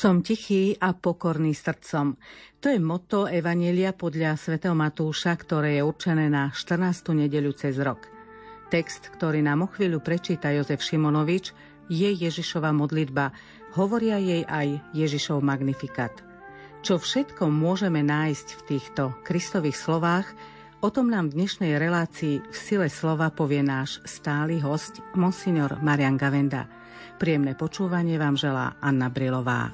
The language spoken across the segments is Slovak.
Som tichý a pokorný srdcom. To je motto Evanjelia podľa svätého Matúša, ktoré je určené na 14. nedeľu cez rok. Text, ktorý nám o chvíľu prečíta Jozef Šimonovič, je Ježišova modlitba. Hovoria jej aj Ježišov magnifikát. Čo všetko môžeme nájsť v týchto Kristových slovách, o tom nám v dnešnej relácii v sile slova povie náš stály hosť, monsignor Marián Gavenda. Príjemné počúvanie vám želá Anna Brilová.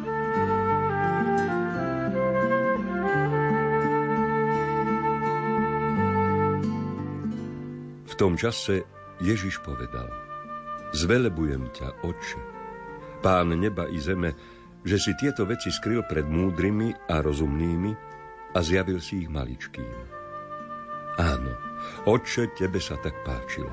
V tom čase Ježiš povedal: Zvelebujem ťa, Otče, Pán neba i zeme, že si tieto veci skryl pred múdrymi a rozumnými a zjavil si ich maličkým. Áno, Otče, tebe sa tak páčilo.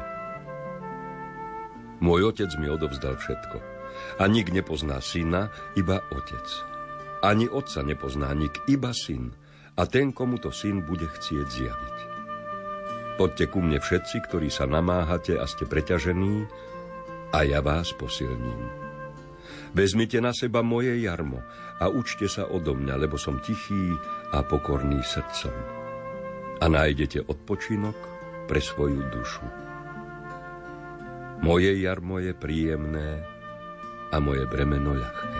Môj otec mi odovzdal všetko. A nik nepozná syna, iba otec. Ani otca nepozná nik, iba syn. A ten, komu to syn bude chcieť zjaviť. Poďte ku mne všetci, ktorí sa namáhate a ste preťažení, a ja vás posilním. Vezmite na seba moje jarmo a učte sa odo mňa, lebo som tichý a pokorný srdcom. A nájdete odpočinok pre svoju dušu. Moje jarmo je príjemné a moje bremeno ľahké.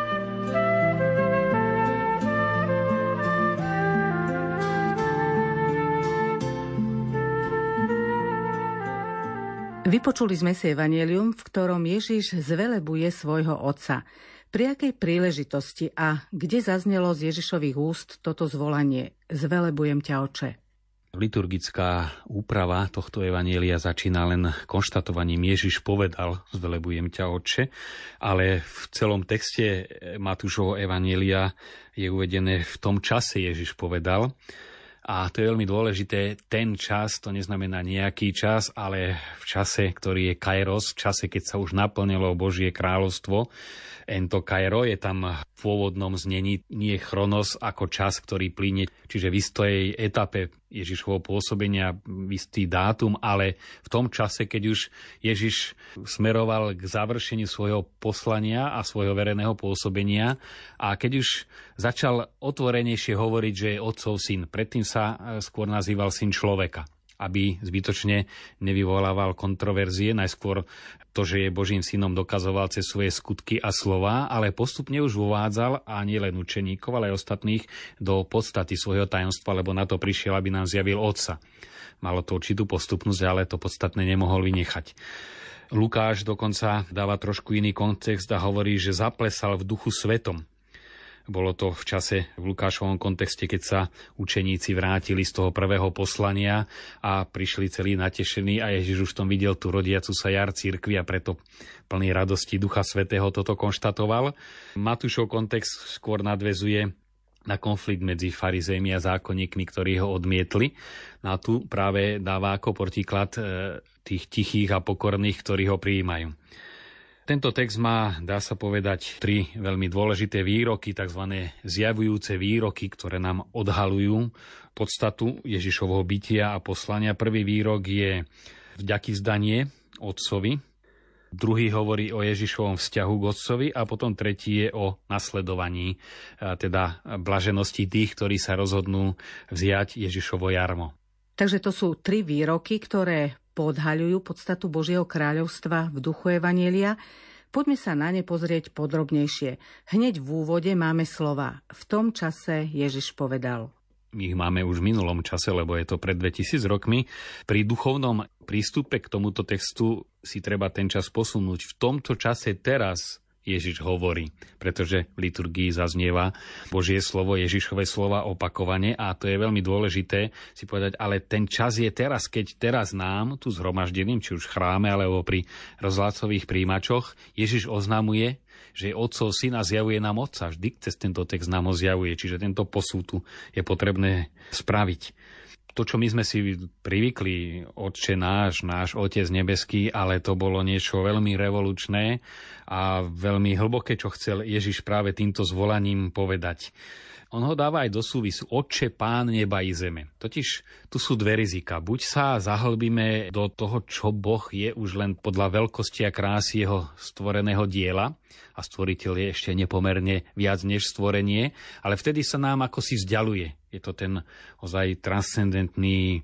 Vypočuli sme si evanjelium, v ktorom Ježiš zvelebuje svojho Otca. Pri akej príležitosti a kde zaznelo z Ježišových úst toto zvolanie: Zvelebujem ťa, Otče? Liturgická úprava tohto evanjelia začína len konštatovaním: Ježiš povedal, zvelebujem ťa, Otče, ale v celom texte Matúšovho evanjelia je uvedené: v tom čase Ježiš povedal. A to je veľmi dôležité, ten čas, to neznamená nejaký čas, ale v čase, ktorý je kairos, v čase, keď sa už naplnilo Božie kráľovstvo. Ento kairo je tam v pôvodnom znení nie chronos ako čas, ktorý plynie, čiže v istej etape Ježišovho pôsobenia, istý dátum, ale v tom čase, keď už Ježiš smeroval k završeniu svojho poslania a svojho verejného pôsobenia a keď už začal otvorenejšie hovoriť, že je otcov syn. Predtým sa skôr nazýval syn človeka, aby zbytočne nevyvolával kontroverzie. Najskôr to, že je Božím synom, dokazoval cez svoje skutky a slová, ale postupne už uvádzal a nielen učeníkov, ale aj ostatných do podstaty svojho tajomstva, lebo na to prišiel, aby nám zjavil Otca. Malo to určitú postupnosť, ale to podstatné nemohol vynechať. Lukáš dokonca dáva trošku iný kontext a hovorí, že zaplesal v duchu svetom. Bolo to v čase v Lukášovom kontexte, keď sa učeníci vrátili z toho prvého poslania a prišli celí natešení a Ježiš už v tom videl tú rodiacu sa jar cirkvi a preto plný radosti Ducha Svätého toto konštatoval. Matúšov kontext skôr nadväzuje na konflikt medzi farizejmi a zákonníkmi, ktorí ho odmietli. A tu práve dáva ako protiklad tých tichých a pokorných, ktorí ho prijímajú. Tento text má, dá sa povedať, 3 veľmi dôležité výroky, tzv. Zjavujúce výroky, ktoré nám odhalujú podstatu Ježišovho bytia a poslania. Prvý výrok je vďakyvzdanie Otcovi, druhý hovorí o Ježišovom vzťahu k Otcovi a potom tretí je o nasledovaní, teda blaženosti tých, ktorí sa rozhodnú vziať Ježišovo jarmo. Takže to sú 3 výroky, ktoré podhaľujú podstatu Božieho kráľovstva v duchu evanjelia. Poďme sa na ne pozrieť podrobnejšie. Hneď v úvode máme slova: v tom čase Ježiš povedal. My ich máme už v minulom čase, lebo je to pred 2000 rokmi. Pri duchovnom prístupe k tomuto textu si treba ten čas posunúť. V tomto čase teraz Ježiš hovorí, pretože v liturgii zaznieva Božie slovo, Ježišové slova opakovane a to je veľmi dôležité si povedať, ale ten čas je teraz, keď teraz nám, tu zhromaždeným, či už v chráme, alebo pri rozhlasových príjimačoch, Ježiš oznamuje, že Otcov Syna zjavuje nám Otca. Vždy cez tento text nám ho zjavuje, čiže tento posúd tu je potrebné spraviť. To, čo my sme si privykli, Otče náš Otec nebeský, ale to bolo niečo veľmi revolučné a veľmi hlboké, čo chcel Ježiš práve týmto zvolaním povedať. On ho dáva aj do súvisu. Otče, Pán neba i zeme. Totiž tu sú dve rizika. Buď sa zahlbíme do toho, čo Boh je už len podľa veľkosti a krásy jeho stvoreného diela, a stvoriteľ je ešte nepomerne viac než stvorenie, ale vtedy sa nám ako si vzdialuje. Je to ten ozaj transcendentný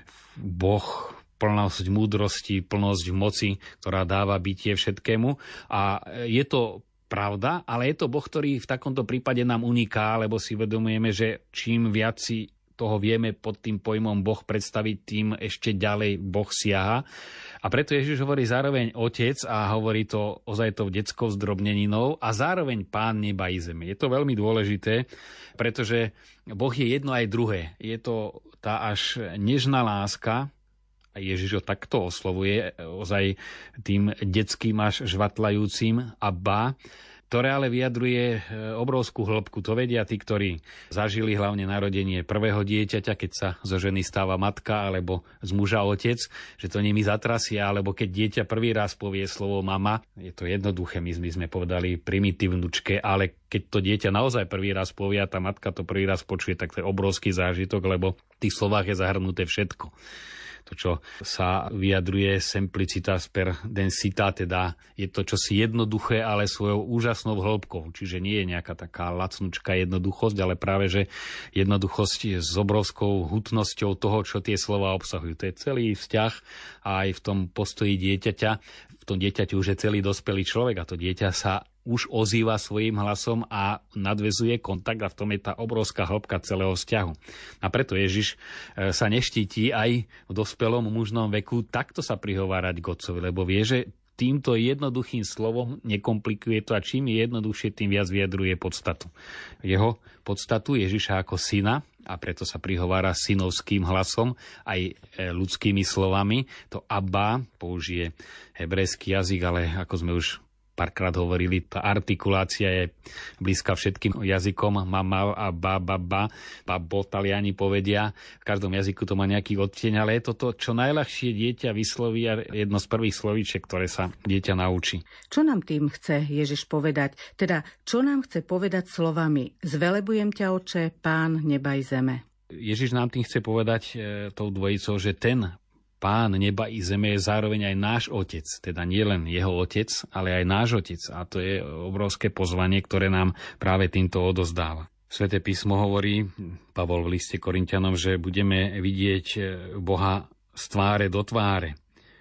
Boh, plnosť múdrosti, plnosť moci, ktorá dáva bytie všetkému. A je to pravda, ale je to Boh, ktorý v takomto prípade nám uniká, lebo si uvedomujeme, že čím viac si toho vieme pod tým pojmom Boh predstaviť, tým ešte ďalej Boh siaha. A preto Ježiš hovorí zároveň Otec a hovorí to ozaj tou detskou zdrobneninou a zároveň Pán neba i zeme. Je to veľmi dôležité, pretože Boh je jedno aj druhé. Je to tá až nežná láska, a Ježiš ho takto oslovuje, ozaj tým detským až žvatlajúcim Abba, ktoré ale vyjadruje obrovskú hĺbku. To vedia tí, ktorí zažili hlavne narodenie prvého dieťaťa, keď sa zo ženy stáva matka, alebo z muža otec, že to nimi zatrasia, alebo keď dieťa prvý raz povie slovo mama. Je to jednoduché, my sme povedali primitívnučke, ale keď to dieťa naozaj prvý raz povie a tá matka to prvý raz počuje, tak to je obrovský zážitok, lebo v tých slovách je zahrnuté všetko. To, čo sa vyjadruje simplicita per densita, teda je to čosi jednoduché, ale svojou úžasnou hĺbkou. Čiže nie je nejaká taká lacnučká jednoduchosť, ale práve, že jednoduchosť s obrovskou hutnosťou toho, čo tie slova obsahujú. To je celý vzťah a aj v tom postoji dieťaťa. V tom dieťaťu už je celý dospelý človek a to dieťa sa už ozýva svojím hlasom a nadväzuje kontakt a v tom je tá obrovská hĺbka celého vzťahu. A preto Ježiš sa neštíti aj v dospelom mužnom veku takto sa prihovárať k Otcovi, lebo vie, že týmto jednoduchým slovom nekomplikuje to a čím je jednoduchšie, tým viac vyjadruje podstatu. Jeho podstatu Ježiša ako syna, a preto sa prihovára synovským hlasom, aj ľudskými slovami. To Abba použije hebrejský jazyk, ale ako sme už párkrát hovorili, tá artikulácia je blízka všetkým jazykom. Mama a baba, Taliani povedia. V každom jazyku to má nejaký odtieň, ale je to to, čo najľahšie dieťa vysloví a jedno z prvých slovíčiek, ktoré sa dieťa naučí. Čo nám tým chce Ježiš povedať? Teda, čo nám chce povedať slovami zvelebujem ťa, Otče, Pán neba i zeme? Ježiš nám tým chce povedať tou dvojicou, že ten Pán neba i zeme je zároveň aj náš Otec, teda nie len jeho Otec, ale aj náš Otec. A to je obrovské pozvanie, ktoré nám práve týmto odozdáva. Sväté písmo hovorí, Pavol v liste Korinťanom, že budeme vidieť Boha z tváre do tváre.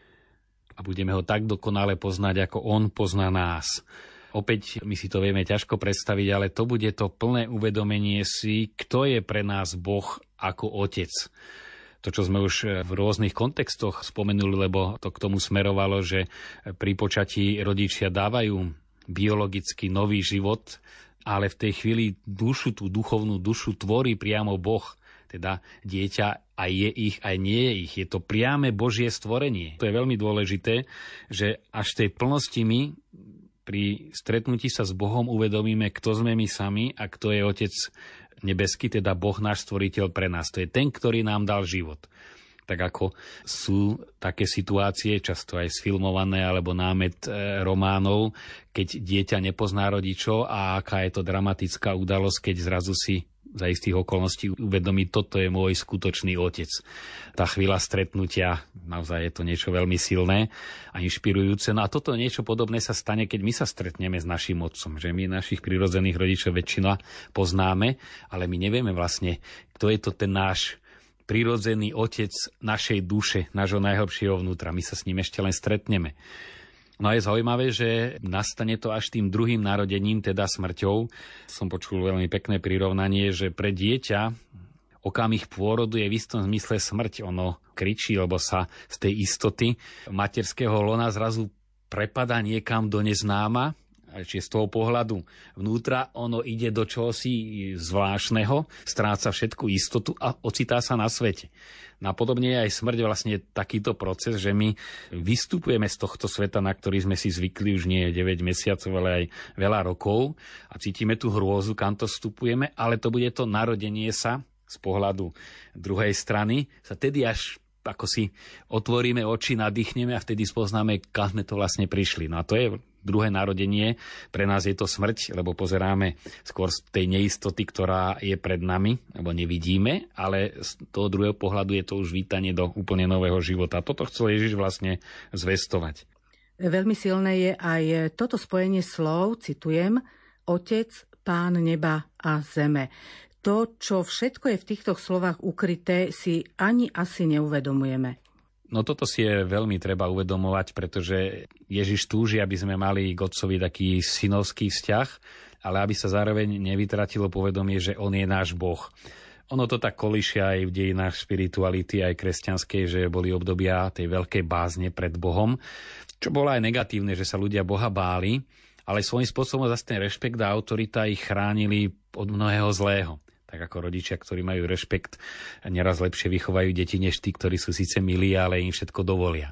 A budeme ho tak dokonale poznať, ako on pozná nás. Opäť my si to vieme ťažko predstaviť, ale to bude to plné uvedomenie si, kto je pre nás Boh ako Otec. To, čo sme už v rôznych kontextoch spomenuli, lebo to k tomu smerovalo, že pri počatí rodičia dávajú biologicky nový život, ale v tej chvíli dušu, tú duchovnú dušu tvorí priamo Boh. Teda dieťa aj je ich, aj nie je ich. Je to priame Božie stvorenie. To je veľmi dôležité, že až v tej plnosti my pri stretnutí sa s Bohom uvedomíme, kto sme my sami a kto je Otec nebeský, teda Boh náš stvoriteľ pre nás. To je ten, ktorý nám dal život. Tak ako sú také situácie, často aj sfilmované, alebo námet románov, keď dieťa nepozná rodičov a aká je to dramatická udalosť, keď zrazu si za istých okolností uvedomí, toto je môj skutočný otec. Tá chvíľa stretnutia, naozaj je to niečo veľmi silné a inšpirujúce. No a toto niečo podobné sa stane, keď my sa stretneme s našim otcom. Že my našich prirodzených rodičov väčšina poznáme, ale my nevieme vlastne, kto je to ten náš prirodzený otec našej duše, nášho najhlbšieho vnútra. My sa s ním ešte len stretneme. No a je zaujímavé, že nastane to až tým druhým narodením, teda smrťou. Som počul veľmi pekné prirovnanie, že pre dieťa okamih pôrodu je v istom zmysle smrť. Ono kričí, lebo sa z tej istoty materského lona zrazu prepadá niekam do neznáma. Čiže z toho pohľadu vnútra ono ide do čohosi zvláštneho, stráca všetku istotu a ocitá sa na svete. Napodobne je aj smrť vlastne takýto proces, že my vystupujeme z tohto sveta, na ktorý sme si zvykli už nie 9 mesiacov, ale aj veľa rokov a cítime tú hrôzu, kam to vstupujeme, ale to bude to narodenie sa z pohľadu druhej strany, sa tedy až ako si otvoríme oči, nadýchneme a vtedy spoznáme, kam sme to vlastne prišli. No a to je druhé narodenie. Pre nás je to smrť, lebo pozeráme skôr z tej neistoty, ktorá je pred nami, lebo nevidíme, ale z toho druhého pohľadu je to už vítanie do úplne nového života. Toto chcel Ježiš vlastne zvestovať. Veľmi silné je aj toto spojenie slov, citujem, Otec, Pán neba a zeme. To, čo všetko je v týchto slovách ukryté, si ani asi neuvedomujeme. No toto si je veľmi treba uvedomovať, pretože Ježiš túži, aby sme mali k Otcovi taký synovský vzťah, ale aby sa zároveň nevytratilo povedomie, že on je náš Boh. Ono to tak kolíšia aj v dejinách spirituality, aj kresťanskej, že boli obdobia tej veľkej bázne pred Bohom, čo bolo aj negatívne, že sa ľudia Boha báli, ale svojím spôsobom zase ten rešpekt a autorita ich chránili od mnohého zlého. Tak ako rodičia, ktorí majú rešpekt, neraz lepšie vychovajú deti než tí, ktorí sú síce milí, ale im všetko dovolia.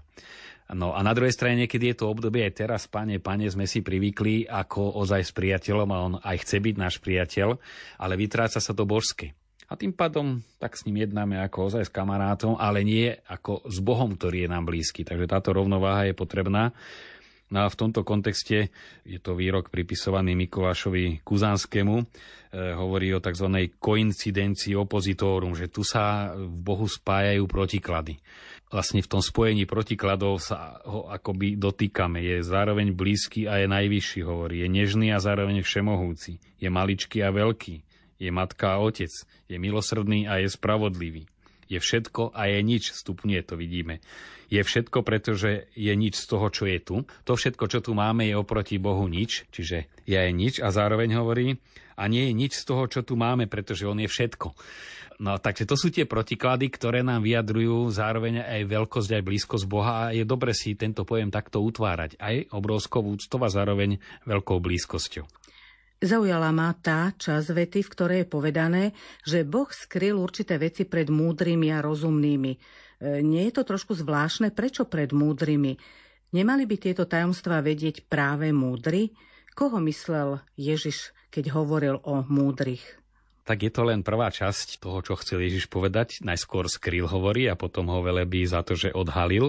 No a na druhej strane, niekedy je to obdobie aj teraz, pane, sme si privykli ako ozaj s priateľom a on aj chce byť náš priateľ, ale vytráca sa to božské. A tým pádom tak s ním jednáme ako ozaj s kamarátom, ale nie ako s Bohom, ktorý je nám blízky. Takže táto rovnováha je potrebná. No a v tomto kontexte je to výrok pripisovaný Mikulášovi Kuzanskému, hovorí o tzv. Koincidencii oppositórum, že tu sa v Bohu spájajú protiklady. Vlastne v tom spojení protikladov sa ho akoby dotýkame. Je zároveň blízky a je najvyšší, hovorí. Je nežný a zároveň všemohúci. Je maličký a veľký. Je matka a otec. Je milosrdný a je spravodlivý. Je všetko a je nič, stupňuje, to vidíme. Je všetko, pretože je nič z toho, čo je tu. To všetko, čo tu máme, je oproti Bohu nič, čiže je nič a zároveň hovorí, a nie je nič z toho, čo tu máme, pretože on je všetko. No takže to sú tie protiklady, ktoré nám vyjadrujú zároveň aj veľkosť, aj blízkosť Boha a je dobre si tento pojem takto utvárať. Aj obrovskou úctou a zároveň veľkou blízkosťou. Zaujala ma tá časť vety, v ktorej je povedané, že Boh skryl určité veci pred múdrymi a rozumnými. Nie je to trošku zvláštne? Prečo pred múdrymi? Nemali by tieto tajomstvá vedieť práve múdri? Koho myslel Ježiš, keď hovoril o múdrych? Tak je to len prvá časť toho, čo chcel Ježiš povedať. Najskôr skryl hovorí a potom ho velebí za to, že odhalil.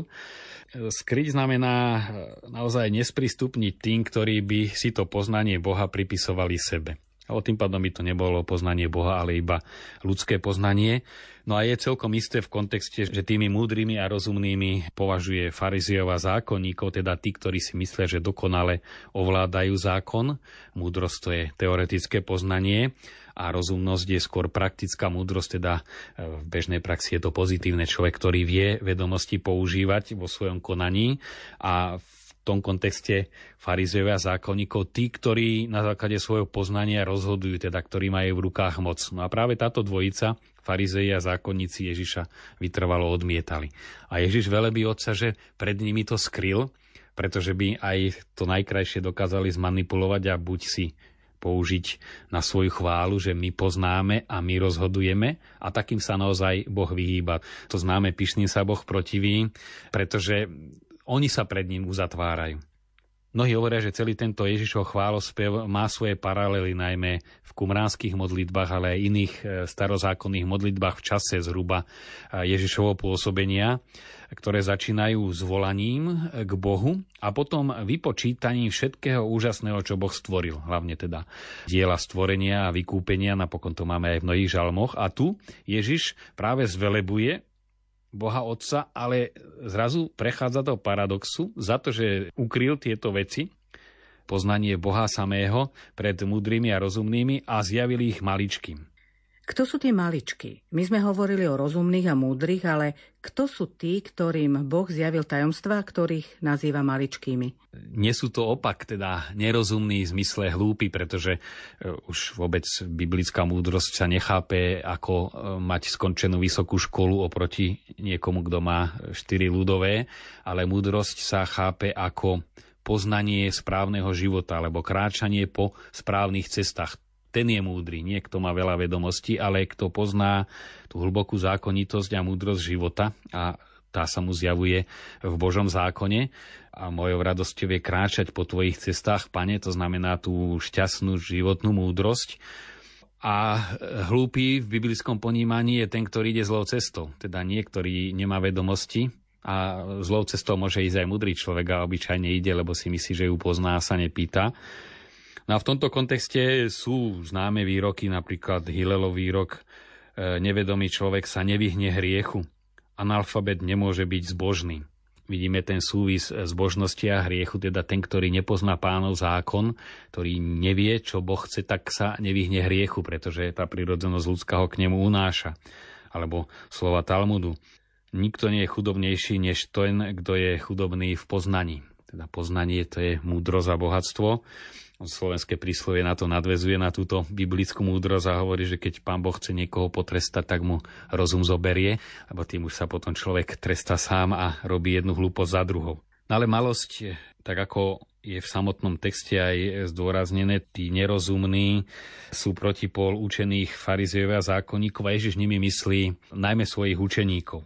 Skryť znamená naozaj nesprístupniť tým, ktorí by si to poznanie Boha pripisovali sebe. A tým pádom by to nebolo poznanie Boha, ale iba ľudské poznanie. No a je celkom isté v kontexte, že tými múdrymi a rozumnými považuje farizeov a zákonníkov, teda tí, ktorí si myslia, že dokonale ovládajú zákon. Múdrosť to je teoretické poznanie a rozumnosť je skôr praktická múdrosť, teda v bežnej praxi je to pozitívne človek, ktorý vie vedomosti používať vo svojom konaní a v tom kontexte farizeovia a zákonníkov, tí, ktorí na základe svojho poznania rozhodujú, teda ktorí majú v rukách moc. No a práve táto dvojica, farizei a zákonníci Ježiša, vytrvalo odmietali. A Ježiš velebí Otca, že pred nimi to skryl, pretože by aj to najkrajšie dokázali zmanipulovať a buď si použiť na svoju chválu, že my poznáme a my rozhodujeme a takým sa naozaj Boh vyhýba. To známe, pyšným sa Boh protiví, pretože oni sa pred ním uzatvárajú. Mnohí hovoria, že celý tento Ježišov chválospev má svoje paralely najmä v kumránskych modlitbách, ale aj iných starozákonných modlitbách v čase zhruba Ježišovho pôsobenia, ktoré začínajú s volaním k Bohu a potom vypočítaním všetkého úžasného, čo Boh stvoril. Hlavne teda diela stvorenia a vykúpenia, napokon to máme aj v mnohých žalmoch. A tu Ježiš práve zvelebuje Boha Otca, ale zrazu prechádza do paradoxu za to, že ukryl tieto veci, poznanie Boha samého pred múdrymi a rozumnými a zjavil ich maličkým. Kto sú tie maličky? My sme hovorili o rozumných a múdrych, ale kto sú tí, ktorým Boh zjavil tajomstvá, ktorých nazýva maličkými? Nie sú to opak, teda nerozumný v zmysle hlúpy, pretože už vôbec biblická múdrosť sa nechápe ako mať skončenú vysokú školu oproti niekomu, kto má 4 ľudové, ale múdrosť sa chápe ako poznanie správneho života alebo kráčanie po správnych cestách. Ten je múdry, nie kto má veľa vedomostí, ale kto pozná tú hlbokú zákonitosť a múdrosť života a tá sa mu zjavuje v Božom zákone. A mojou radosťou je kráčať po tvojich cestách, Pane, to znamená tú šťastnú životnú múdrosť. A hlúpy v biblickom ponímaní je ten, ktorý ide zlou cestou, teda nie, ktorý nemá vedomosti, A zlou cestou môže ísť aj múdry človek a obyčajne ide, lebo si myslí, že ju pozná a sa nepýta. No a v tomto kontexte sú známe výroky, napríklad Hillelov výrok: nevedomý človek sa nevyhne hriechu. Analfabet nemôže byť zbožný. Vidíme ten súvis zbožnosti a hriechu, teda ten, ktorý nepozná Pánov zákon, ktorý nevie, čo Boh chce, tak sa nevyhne hriechu, pretože tá prirodzenosť ľudského k nemu unáša. Alebo slova Talmudu: nikto nie je chudobnejší než ten, kto je chudobný v poznaní. Teda poznanie, to je múdrosť a bohatstvo. Slovenské príslovie na to nadväzuje, na túto biblickú múdrosť, a hovorí, že keď Pán Boh chce niekoho potrestať, tak mu rozum zoberie, lebo tým už sa potom človek trestá sám a robí jednu hlúposť za druhou. Ale malosť, tak ako je v samotnom texte aj zdôraznené, tí nerozumní sú protipól učených farizejov a zákonníkov, a Ježiš nimi myslí najmä svojich učeníkov.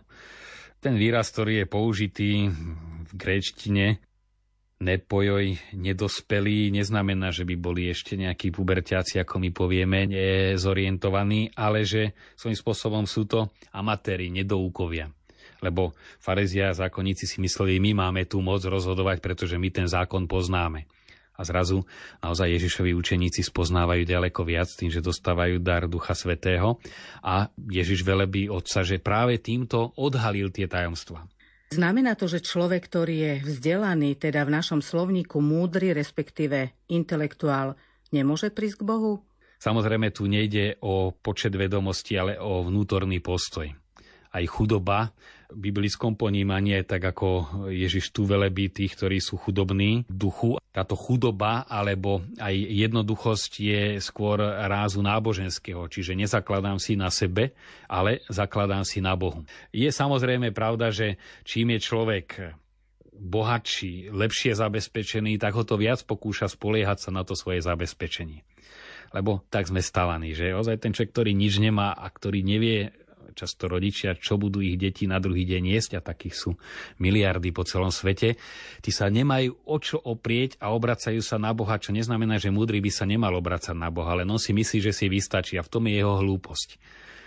Ten výraz, ktorý je použitý v gréčtine, nepojoj, nedospelí, neznamená, že by boli ešte nejakí puberťáci, ako my povieme, nezorientovaní, ale že svojím spôsobom sú to amatéri, nedoukovia. Lebo farizia a zákonníci si mysleli, my máme tú moc rozhodovať, pretože my ten zákon poznáme. A zrazu naozaj Ježišovi učeníci spoznávajú ďaleko viac tým, že dostávajú dar Ducha Svätého, a Ježiš velebí Otca, že práve týmto odhalil tie tajomstvá. Znamená to, že človek, ktorý je vzdelaný, teda v našom slovníku múdry, respektíve intelektuál, nemôže prísť k Bohu? Samozrejme, tu nejde o počet vedomostí, ale o vnútorný postoj. Aj chudoba v biblickom ponímaní je tak, ako Ježiš tu velebí tých, ktorí sú chudobní v duchu. Táto chudoba alebo aj jednoduchosť je skôr rázu náboženského, čiže nezakladám si na sebe, ale zakladám si na Bohu. Je samozrejme pravda, že čím je človek bohatší, lepšie zabezpečený, tak ho to viac pokúša spoliehať sa na to svoje zabezpečenie. Lebo tak sme stavaní, že ozaj ten človek, ktorý nič nemá a ktorý nevie, často rodičia, čo budú ich deti na druhý deň jesť, a takých sú miliardy po celom svete, tí sa nemajú o čo oprieť a obracajú sa na Boha, čo neznamená, že múdry by sa nemal obracať na Boha, ale on si myslí, že si vystačí, a v tom je jeho hlúposť.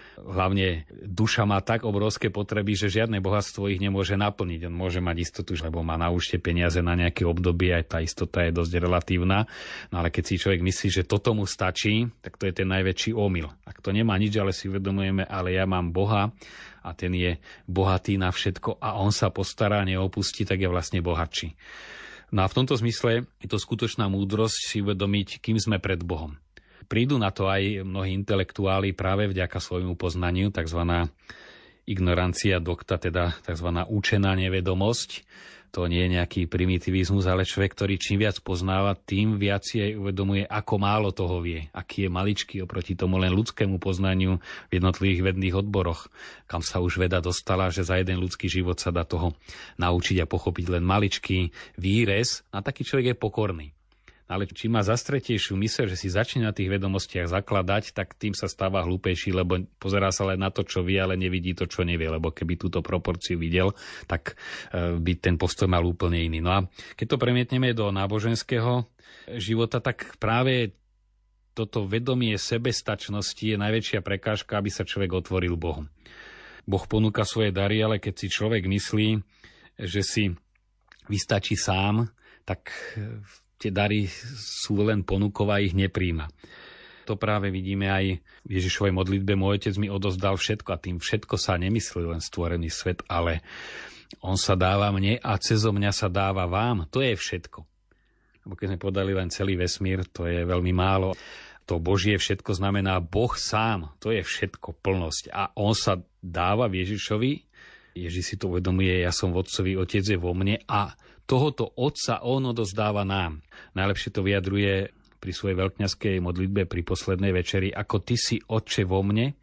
Hlavne duša má tak obrovské potreby, že žiadne bohatstvo ich nemôže naplniť. On môže mať istotu, lebo má na účte peniaze na nejaké obdobie, aj tá istota je dosť relatívna. No ale keď si človek myslí, že toto mu stačí, tak to je ten najväčší omyl. Ak to nemá nič, ale si uvedomujeme, ale ja mám Boha a ten je bohatý na všetko a on sa postará, neopustí, tak je vlastne bohatší. No a v tomto zmysle je to skutočná múdrosť si uvedomiť, kým sme pred Bohom. Prídu na to aj mnohí intelektuáli práve vďaka svojmu poznaniu, tzv. Ignorancia docta, teda tzv. Učená nevedomosť. To nie je nejaký primitivizmus, ale človek, ktorý čím viac poznáva, tým viac si aj uvedomuje, ako málo toho vie, aký je maličký oproti tomu len ľudskému poznaniu v jednotlivých vedných odboroch, kam sa už veda dostala, že za jeden ľudský život sa dá toho naučiť a pochopiť len maličký výrez, a taký človek je pokorný. Ale čím má zastretejšiu myseľ, že si začne na tých vedomostiach zakladať, tak tým sa stáva hlúpejší, lebo pozerá sa len na to, čo vie, ale nevidí to, čo nevie. Lebo keby túto proporciu videl, tak by ten postoj mal úplne iný. No a keď to premietneme do náboženského života, tak práve toto vedomie sebestačnosti je najväčšia prekážka, aby sa človek otvoril Bohu. Boh ponúka svoje dary, ale keď si človek myslí, že si vystačí sám, tak tie dary sú len ponukou a ich nepríjma. To práve vidíme aj v Ježišovej modlitbe: môj Otec mi odozdal všetko, a tým všetko sa nemyslí len stvorený svet, ale on sa dáva mne a cezo mňa sa dáva vám. To je všetko. Lebo keď sme podali len celý vesmír, to je veľmi málo. To Božie všetko znamená Boh sám. To je všetko, plnosť. A on sa dáva v Ježišovi. Ježiš si to uvedomuje: ja som v Otcovi, Otec je vo mne, a tohoto Otca on odozdáva nám. Najlepšie to vyjadruje pri svojej veľkňazskej modlitbe pri poslednej večeri: ako ty si, Otče, vo mne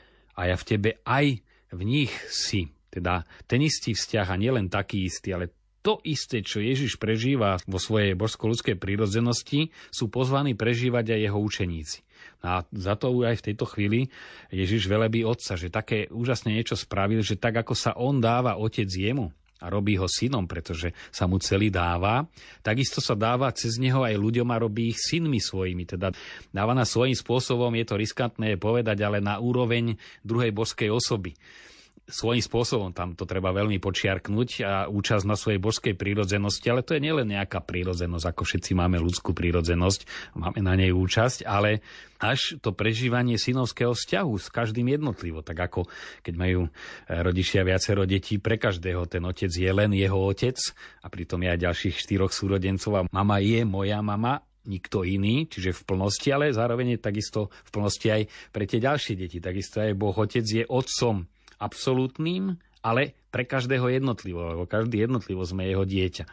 a ja v tebe, aj v nich si. Teda ten istý vzťah, a nielen taký istý, ale to isté, čo Ježiš prežíva vo svojej božsko-ľudskej prírodzenosti, sú pozvaní prežívať aj jeho učeníci. A za to aj v tejto chvíli Ježiš velebí Otca, že také úžasne niečo spravil, že tak ako sa on dáva Otec jemu a robí ho synom, pretože sa mu celý dáva, takisto sa dáva cez neho aj ľuďom a robí ich synmi svojimi. Teda dáva na svojím spôsobom, je to riskantné povedať, ale na úroveň druhej božskej osoby. svojím spôsobom tam to treba veľmi počiarknúť a účasť na svojej božskej prírodzenosti, ale to je nielen nejaká prírodzenosť, ako všetci máme ľudskú prírodzenosť, máme na nej účasť, ale až to prežívanie synovského vzťahu s každým jednotlivo, tak ako keď majú rodičia viacero detí, pre každého ten otec je len jeho otec a pritom je aj ďalších 4 súrodencov a mama je moja mama, nikto iný, čiže v plnosti, ale zároveň je takisto v plnosti aj pre tie ďalšie deti. Takisto aj Boh Otec je otcom absolútnym, ale pre každého jednotlivo, lebo každý jednotlivo sme jeho dieťa.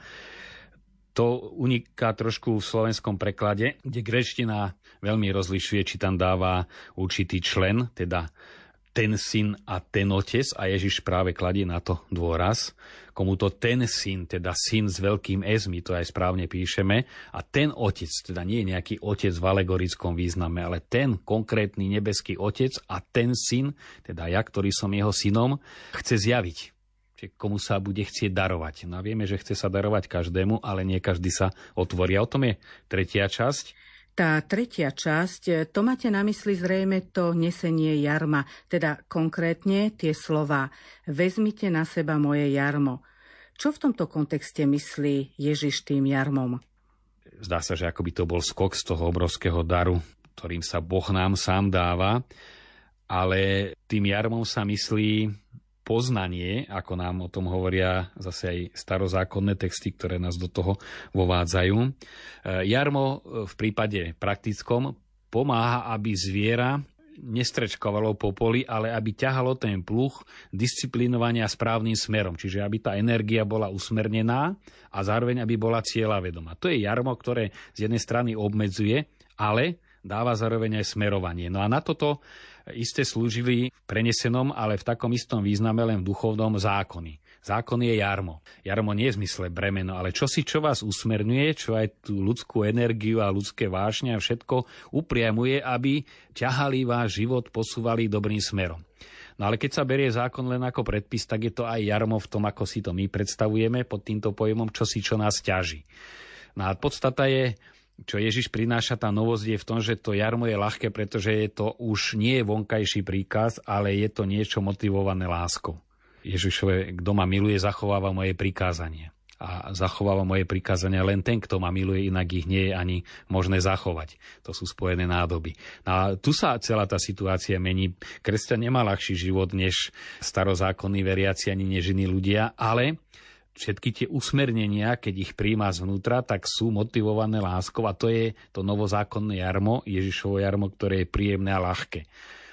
To uniká trošku v slovenskom preklade, kde gréčtina veľmi rozlišuje, či tam dáva určitý člen, teda ten syn a ten otec, a Ježiš práve kladie na to dôraz. Komuto ten syn, teda syn s veľkým S, my to aj správne píšeme, a ten otec, teda nie je nejaký otec v alegorickom význame, ale ten konkrétny nebeský otec a ten syn, teda ja, ktorý som jeho synom, chce zjaviť. Čiže komu sa bude chcieť darovať. No a vieme, že chce sa darovať každému, ale nie každý sa otvorí. A o tom je tretia časť. Tá tretia časť, to máte na mysli zrejme to nesenie jarma, teda konkrétne tie slová vezmite na seba moje jarmo. Čo v tomto kontexte myslí Ježiš tým jarmom? Zdá sa, že ako by to bol skok z toho obrovského daru, ktorým sa Boh nám sám dáva, ale tým jarmom sa myslí poznanie, ako nám o tom hovoria zase aj starozákonné texty, ktoré nás do toho vovádzajú. Jarmo v prípade praktickom pomáha, aby zviera nestrečkovalo po poli, ale aby ťahalo ten pluh disciplinovania správnym smerom. Čiže aby tá energia bola usmernená a zároveň aby bola cieľavedomá. To je jarmo, ktoré z jednej strany obmedzuje, ale dáva zároveň aj smerovanie. No a na toto isté slúžili v prenesenom, ale v takom istom význame len v duchovnom zákony. Zákon je jarmo. Jarmo nie je v zmysle bremeno, ale čosi, čo vás usmerňuje, čo aj tú ľudskú energiu a ľudské vášne a všetko upriamuje, aby ťahali váš život, posúvali dobrým smerom. No ale keď sa berie zákon len ako predpis, tak je to aj jarmo v tom, ako si to my predstavujeme pod týmto pojmom, čosi, čo nás ťaží. No a podstata je, čo Ježiš prináša, tá novosť je v tom, že to jarmo je ľahké, pretože je to už nie je vonkajší príkaz, ale je to niečo motivované láskou. Ježišove, kto ma miluje, zachováva moje prikázanie. A zachováva moje prikázania len ten, kto ma miluje, inak ich nie je ani možné zachovať. To sú spojené nádoby. A tu sa celá tá situácia mení. Kresťan nemá ľahší život než starozákonní veriaci ani než iní ľudia, ale všetky tie usmernenia, keď ich príjma zvnútra, tak sú motivované láskou a to je to novozákonné jarmo, Ježišovo jarmo, ktoré je príjemné a ľahké.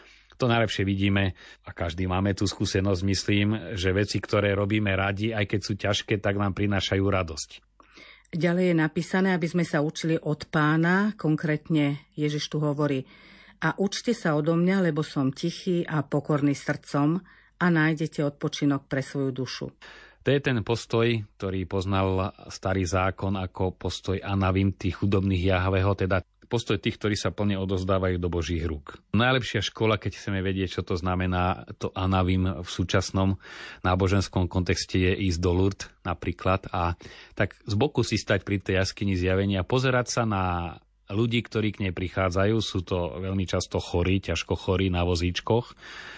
To najlepšie vidíme a každý máme tú skúsenosť, myslím, že veci, ktoré robíme radi, aj keď sú ťažké, tak nám prinášajú radosť. Ďalej je napísané, aby sme sa učili od Pána, konkrétne Ježiš tu hovorí: a učte sa odo mňa, lebo som tichý a pokorný srdcom a nájdete odpočinok pre svoju dušu. To je ten postoj, ktorý poznal starý zákon ako postoj anavim, tých chudobných Jahveho, teda postoj tých, ktorí sa plne odozdávajú do Božích rúk. Najlepšia škola, keď chceme vedieť, čo to znamená to anavim v súčasnom náboženskom kontexte, je ísť do Lourdes napríklad a tak z boku si stať pri tej jaskyni zjavenia, pozerať sa na ľudí, ktorí k nej prichádzajú. Sú to veľmi často chorí, ťažko chorí na vozíčkoch,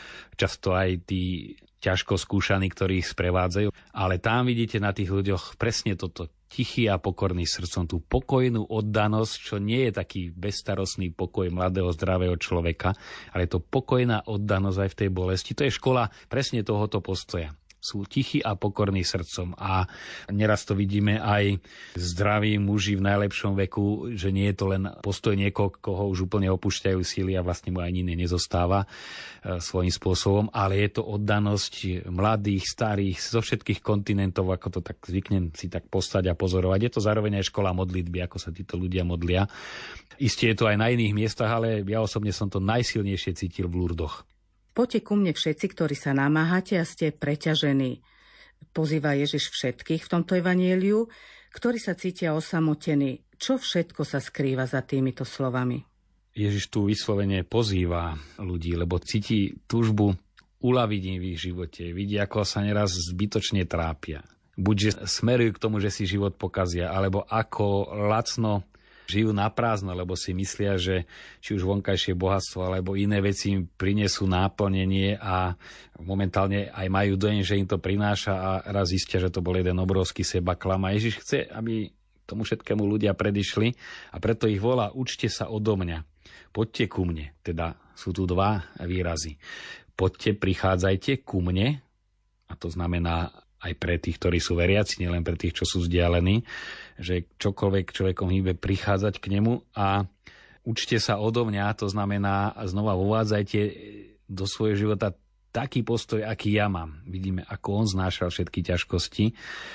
často aj tí ťažko skúšaní, ktorí ich sprevádzajú. Ale tam vidíte na tých ľuďoch presne toto, tichý a pokorný srdcom, tú pokojnú oddanosť, čo nie je taký bezstarostný pokoj mladého, zdravého človeka, ale je to pokojná oddanosť aj v tej bolesti. To je škola presne tohoto postoja. Sú tichí a pokorní srdcom a neraz to vidíme aj zdraví muži v najlepšom veku, že nie je to len postoj niekoho, koho už úplne opúšťajú síly a vlastne mu ani nezostáva svojím spôsobom, ale je to oddanosť mladých, starých, zo všetkých kontinentov, ako to tak zvyknem si tak postať a pozorovať. Je to zároveň aj škola modlitby, ako sa títo ľudia modlia. Isté je to aj na iných miestach, ale ja osobne som to najsilnejšie cítil v Lurdoch. Poďte ku mne všetci, ktorí sa namáhate a ste preťažení. Pozýva Ježiš všetkých v tomto evanjeliu, ktorí sa cítia osamotení. Čo všetko sa skrýva za týmito slovami? Ježiš tu vyslovene pozýva ľudí, lebo cíti túžbu uľaviť im v ich živote. Vidí, ako sa neraz zbytočne trápia. Buďže smerujú k tomu, že si život pokazia, alebo ako lacno žijú na prázdno, lebo si myslia, že či už vonkajšie bohatstvo alebo iné veci im prinesú náplnenie a momentálne aj majú dojem, že im to prináša a raz zistia, že to bol jeden obrovský sebaklam. A Ježiš chce, aby tomu všetkému ľudia predišli a preto ich volá: učte sa odo mňa, poďte ku mne. Teda sú tu dva výrazy. Poďte, prichádzajte ku mne, a to znamená aj pre tých, ktorí sú veriaci, nielen pre tých, čo sú vzdialení, že čokoľvek človekom hýbe, prichádzať k nemu a učte sa odo mňa, to znamená znova uvádzajte do svojho života taký postoj, aký ja mám. Vidíme, ako on znášal všetky ťažkosti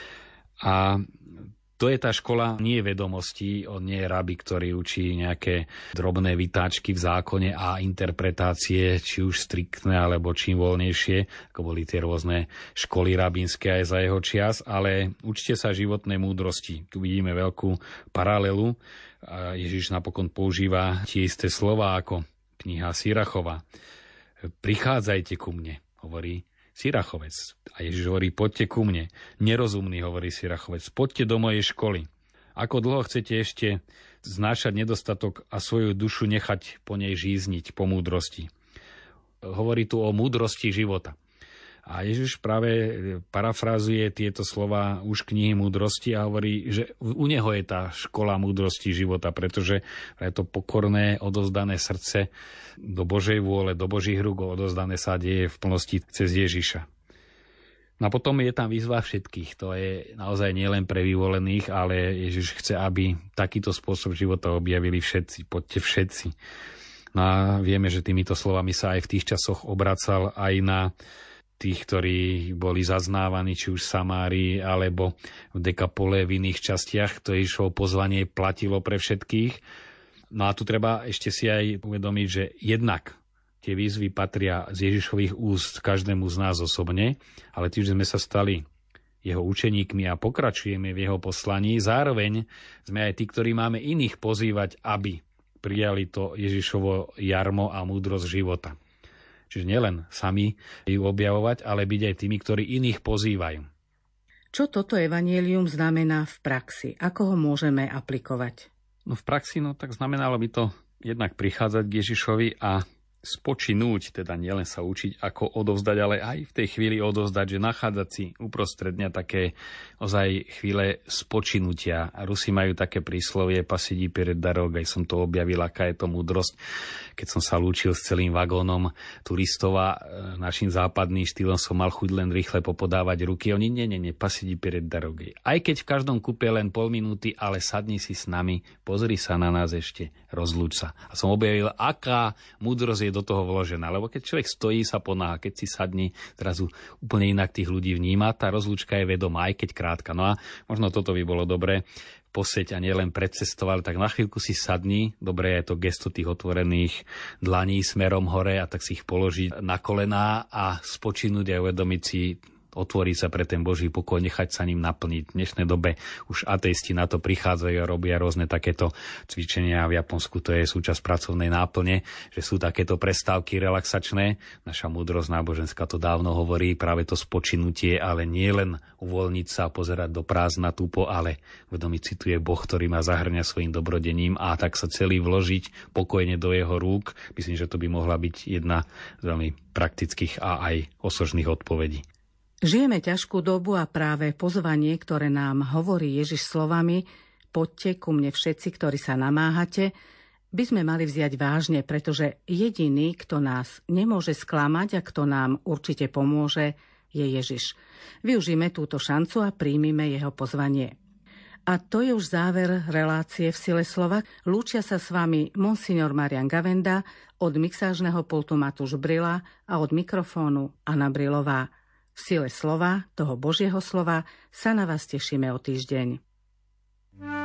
a to je tá škola nie vedomostí, on nie je rabi, ktorý učí nejaké drobné vytáčky v zákone a interpretácie, či už striktné, alebo čím voľnejšie, ako boli tie rôzne školy rabínske aj za jeho čias, ale učte sa životnej múdrosti. Tu vidíme veľkú paralelu. Ježiš napokon používa tie isté slova ako kniha Sirachova. Prichádzajte ku mne, hovorí Sirachovec. A Ježiš hovorí: poďte ku mne. Nerozumný, hovorí Sirachovec, poďte do mojej školy. Ako dlho chcete ešte znášať nedostatok a svoju dušu nechať po nej žízniť, po múdrosti? Hovorí tu o múdrosti života. A Ježiš práve parafrázuje tieto slova už knihy múdrosti a hovorí, že u neho je tá škola múdrosti života, pretože je to pokorné, odovzdané srdce do Božej vôle, do Božích rúk, odovzdané sa deje v plnosti cez Ježiša. No a potom je tam výzva všetkých. To je naozaj nielen pre vyvolených, ale Ježiš chce, aby takýto spôsob života objavili všetci. Poďte všetci. No a vieme, že týmito slovami sa aj v tých časoch obracal aj na tých, ktorí boli zaznávaní, či už v Samárii, alebo v Dekapole, v iných častiach. To Ježišovo pozvanie platilo pre všetkých. No a tu treba ešte si aj uvedomiť, že jednak tie výzvy patria z Ježišových úst každému z nás osobne, ale tým, že sme sa stali jeho učeníkmi a pokračujeme v jeho poslaní, zároveň sme aj tí, ktorí máme iných pozývať, aby prijali to Ježišovo jarmo a múdrosť života. Čiže nielen sami ju objavovať, ale byť aj tými, ktorí iných pozývajú. Čo toto evanjelium znamená v praxi? Ako ho môžeme aplikovať? No v praxi, tak znamenalo by to jednak prichádzať k Ježišovi a spočinúť, teda nielen sa učiť, ako odovzdať, ale aj v tej chvíli odovzdať, že nachádzať si uprostred dňa také ozaj chvíle spočinutia. A Rusi majú také príslovie pasidi pred darog, aj som to objavil, aká je to múdrosť. Keď som sa lúčil s celým vagónom turistov a našim západným štýlom som mal chuť len rýchle popodávať ruky. Oni nie, pasidi pred darog. Aj keď v každom kúpe len pol minúty, ale sadni si s nami, pozri sa na nás ešte, rozlúč sa. A som objavil, aká múdrosť je do toho vložená. Lebo keď človek stojí, sa ponáha, keď si sadni, zrazu úplne inak tých ľudí vníma. Tá rozlúčka je vedomá, aj keď krátka. No a možno toto by bolo dobré posieť a nielen predcestovať, tak na chvíľku si sadni. Dobre je to gesto tých otvorených dlaní smerom hore a tak si ich položiť na kolená a spočinúť a uvedomiť si, otvoriť sa pre ten Boží pokoj, nechať sa ním naplniť. V dnešnej dobe už ateisti na to prichádzajú a robia rôzne takéto cvičenia. V Japonsku to je súčasť pracovnej náplne, že sú takéto prestávky relaxačné. Naša múdrosť náboženská to dávno hovorí, práve to spočinutie, ale nie len uvoľniť sa a pozerať do prázdna túpo, ale vedomiť si, tu je Boh, ktorý ma zahrňa svojim dobrodením a tak sa celý vložiť pokojne do jeho rúk. Myslím, že to by mohla byť jedna z veľmi praktických a aj osožných odpovedí. Žijeme ťažkú dobu a práve pozvanie, ktoré nám hovorí Ježiš slovami poďte ku mne všetci, ktorí sa namáhate, by sme mali vziať vážne, pretože jediný, kto nás nemôže sklamať a kto nám určite pomôže, je Ježiš. Využíme túto šancu a príjmime jeho pozvanie. A to je už záver relácie v sile slova. Lúčia sa s vami monsignor Marian Gavenda, od mixážneho pultu Matúš Brila a od mikrofónu Anna Brilová. V sile slova, toho Božieho slova, sa na vás tešíme o týždeň.